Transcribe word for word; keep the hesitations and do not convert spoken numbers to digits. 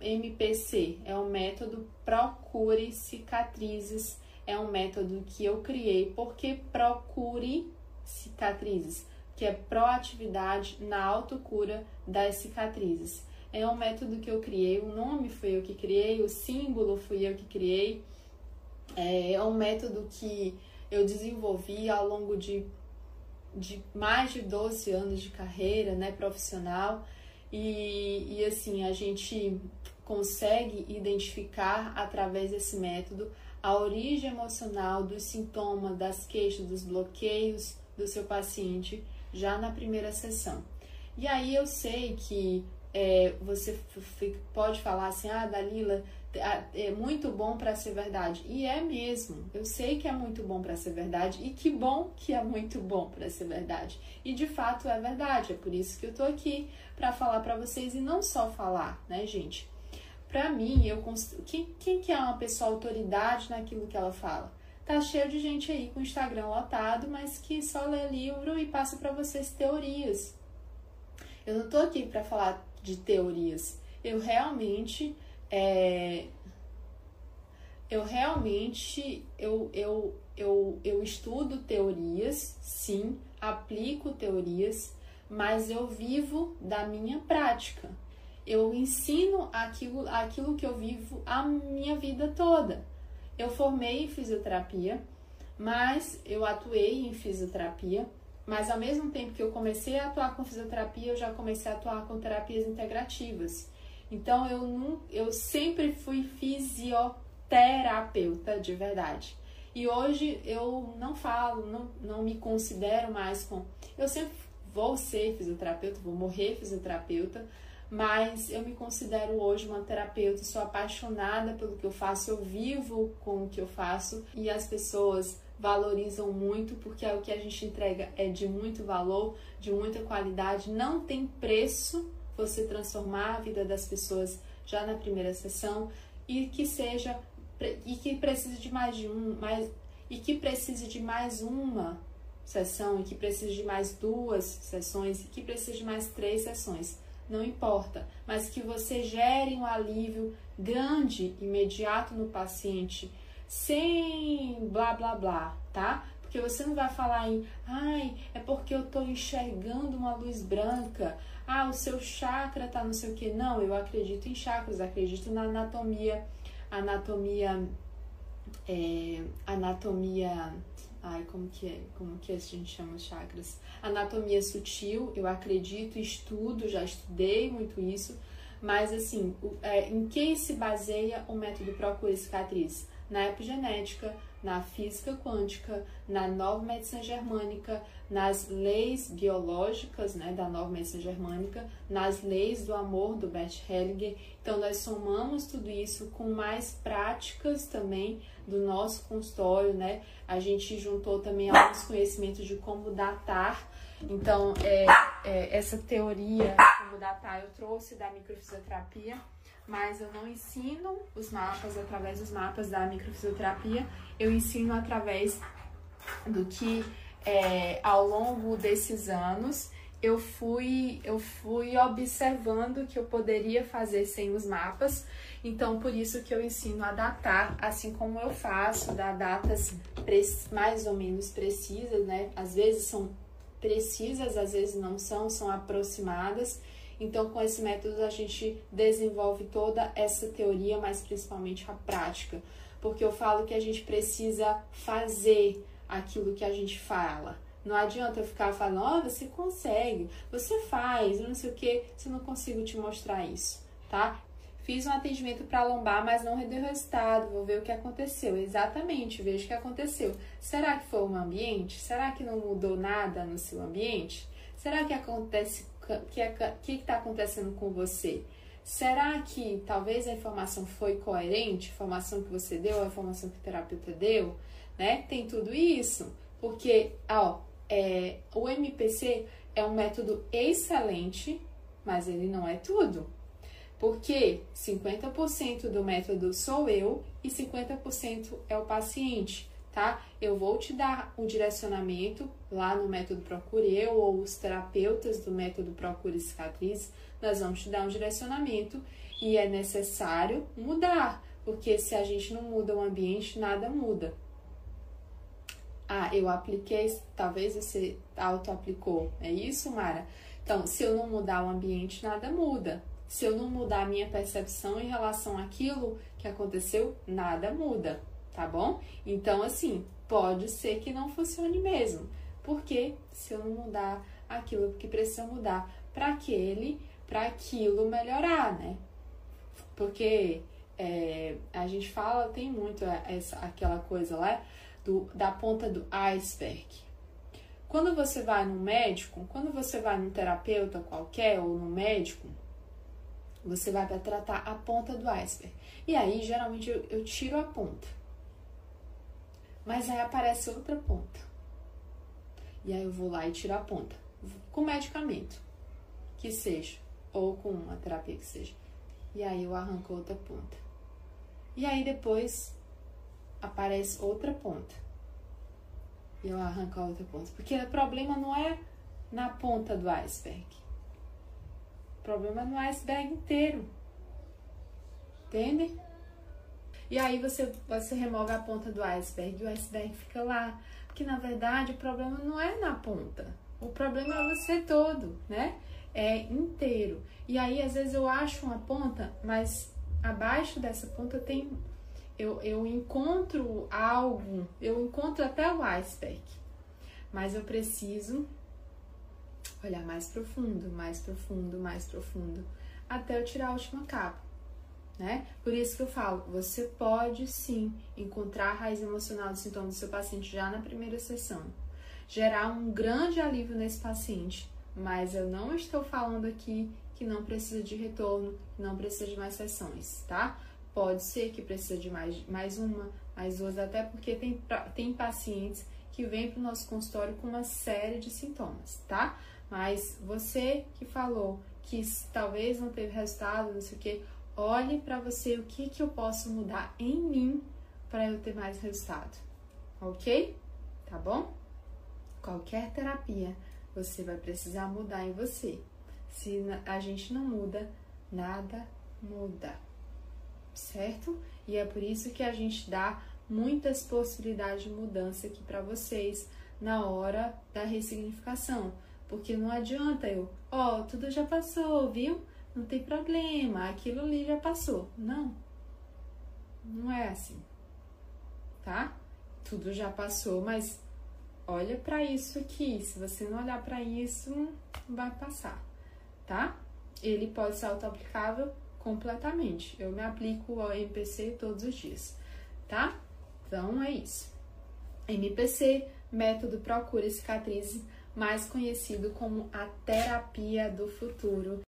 M P C é o método Procure Cicatrizes, é um método que eu criei porque procure cicatrizes, que é proatividade na autocura das cicatrizes. É um método que eu criei, o nome foi eu que criei, o símbolo fui eu que criei. É um método que eu desenvolvi ao longo de, de mais de doze anos de carreira, né, profissional. E, e assim, a gente consegue identificar através desse método a origem emocional dos sintomas, das queixas, dos bloqueios do seu paciente já na primeira sessão. E aí eu sei que é, você pode falar assim, ah, Dalila, é muito bom para ser verdade. E é mesmo, eu sei que é muito bom para ser verdade, e que bom que é muito bom para ser verdade. E de fato é verdade, é por isso que eu tô aqui para falar para vocês, e não só falar, né, gente? Para mim, eu quem, quem que é uma pessoa autoridade naquilo que ela fala? Tá cheio de gente aí com o Instagram lotado, mas que só lê livro e passa para vocês teorias. Eu não tô aqui para falar de teorias. Eu realmente é, eu realmente eu, eu, eu, eu estudo teorias, sim, aplico teorias, mas eu vivo da minha prática. Eu ensino aquilo, aquilo que eu vivo a minha vida toda. Eu formei em fisioterapia, mas eu atuei em fisioterapia, mas ao mesmo tempo que eu comecei a atuar com fisioterapia, eu já comecei a atuar com terapias integrativas. Então, eu, não, eu sempre fui fisioterapeuta de verdade. E hoje eu não falo, não, não me considero mais com... Eu sempre vou ser fisioterapeuta, vou morrer fisioterapeuta, mas eu me considero hoje uma terapeuta, sou apaixonada pelo que eu faço, eu vivo com o que eu faço e as pessoas valorizam muito, porque é o que a gente entrega é de muito valor, de muita qualidade, não tem preço você transformar a vida das pessoas já na primeira sessão e que seja e que precise de mais de um, mais e que precise de mais uma sessão, e que precise de mais duas sessões, e que precise de mais três sessões. Não importa, mas que você gere um alívio grande, imediato no paciente, sem blá blá blá, tá? Porque você não vai falar em, ai, é porque eu tô enxergando uma luz branca, ah, o seu chakra tá não sei o que. Não, eu acredito em chakras, acredito na anatomia, anatomia, é, anatomia... Ai, como que é? Como que a gente chama os chakras? Anatomia sutil, eu acredito, estudo, já estudei muito isso, mas assim, é, em que se baseia o método Procure Cicatriz? Na epigenética, na física quântica, na nova medicina germânica, nas leis biológicas, né, da nova medicina germânica, nas leis do amor do Bert Hellinger. Então, nós somamos tudo isso com mais práticas também do nosso consultório, né? A gente juntou também alguns conhecimentos de como datar. Então, é, é, essa teoria de como datar eu trouxe da microfisioterapia, mas eu não ensino os mapas através dos mapas da microfisioterapia, eu ensino através do que é, ao longo desses anos eu fui, eu fui observando que eu poderia fazer sem os mapas. Então, por isso que eu ensino a datar, assim como eu faço, dar datas mais ou menos precisas, né? Às vezes são precisas, às vezes não são, são aproximadas. Então, com esse método, a gente desenvolve toda essa teoria, mas principalmente a prática. Porque eu falo que a gente precisa fazer aquilo que a gente fala. Não adianta eu ficar falando, ó, oh, você consegue, você faz, não sei o que, se eu não consigo te mostrar isso, tá? Fiz um atendimento para lombar, mas não deu resultado, vou ver o que aconteceu. Exatamente, vejo o que aconteceu. Será que foi o ambiente? Será que não mudou nada no seu ambiente? Será que acontece, que que está acontecendo com você? Será que talvez a informação foi coerente, a informação que você deu, a informação que o terapeuta deu, né? Tem tudo isso, porque, ó, é, o M P C é um método excelente, mas ele não é tudo. Porque cinquenta por cento do método sou eu e cinquenta por cento é o paciente, tá? Eu vou te dar o direcionamento lá no método Procure Eu, ou os terapeutas do método Procure Cicatriz, nós vamos te dar um direcionamento e é necessário mudar, porque se a gente não muda o ambiente, nada muda. Ah, eu apliquei, talvez você auto-aplicou, é isso, Mara? Então, se eu não mudar o ambiente, nada muda. Se eu não mudar a minha percepção em relação àquilo que aconteceu, nada muda, tá bom? Então, assim, pode ser que não funcione mesmo, porque se eu não mudar aquilo que precisa mudar para aquele, para aquilo melhorar, né? Porque é, a gente fala, tem muito essa, aquela coisa lá do, da ponta do iceberg. Quando você vai no médico, quando você vai num terapeuta qualquer ou no médico, você vai para tratar a ponta do iceberg. E aí, geralmente, eu, eu tiro a ponta. Mas aí aparece outra ponta. E aí eu vou lá e tiro a ponta. Com medicamento, que seja. Ou com uma terapia que seja. E aí eu arranco outra ponta. E aí depois aparece outra ponta. E eu arranco a outra ponta. Porque o problema não é na ponta do iceberg. O problema é no iceberg inteiro. Entende? E aí você, você remove a ponta do iceberg e o iceberg fica lá. Porque na verdade o problema não é na ponta. O problema é você todo, né? É inteiro. E aí às vezes eu acho uma ponta, mas abaixo dessa ponta tem... Eu, eu encontro algo, eu encontro até o iceberg. Mas eu preciso olhar mais profundo, mais profundo, mais profundo, até eu tirar a última capa, né? Por isso que eu falo, você pode sim encontrar a raiz emocional do sintoma do seu paciente já na primeira sessão, gerar um grande alívio nesse paciente, mas eu não estou falando aqui que não precisa de retorno, que não precisa de mais sessões, tá? Pode ser que precisa de mais, mais uma, mais duas, até porque tem, tem pacientes que vêm para o nosso consultório com uma série de sintomas, tá? Mas você que falou que talvez não teve resultado, não sei o que, olhe para você o que, que eu posso mudar em mim para eu ter mais resultado, ok? Tá bom? Qualquer terapia você vai precisar mudar em você. Se a gente não muda, nada muda, certo? E é por isso que a gente dá muitas possibilidades de mudança aqui para vocês na hora da ressignificação. Porque não adianta eu, ó, oh, tudo já passou, viu? Não tem problema, aquilo ali já passou. Não, não é assim, tá? Tudo já passou, mas olha para isso aqui. Se você não olhar para isso, não vai passar, tá? Ele pode ser auto-aplicável completamente. Eu me aplico o M P C todos os dias, tá? Então é isso. M P C, método Procura Cicatriz, mais conhecido como a terapia do futuro.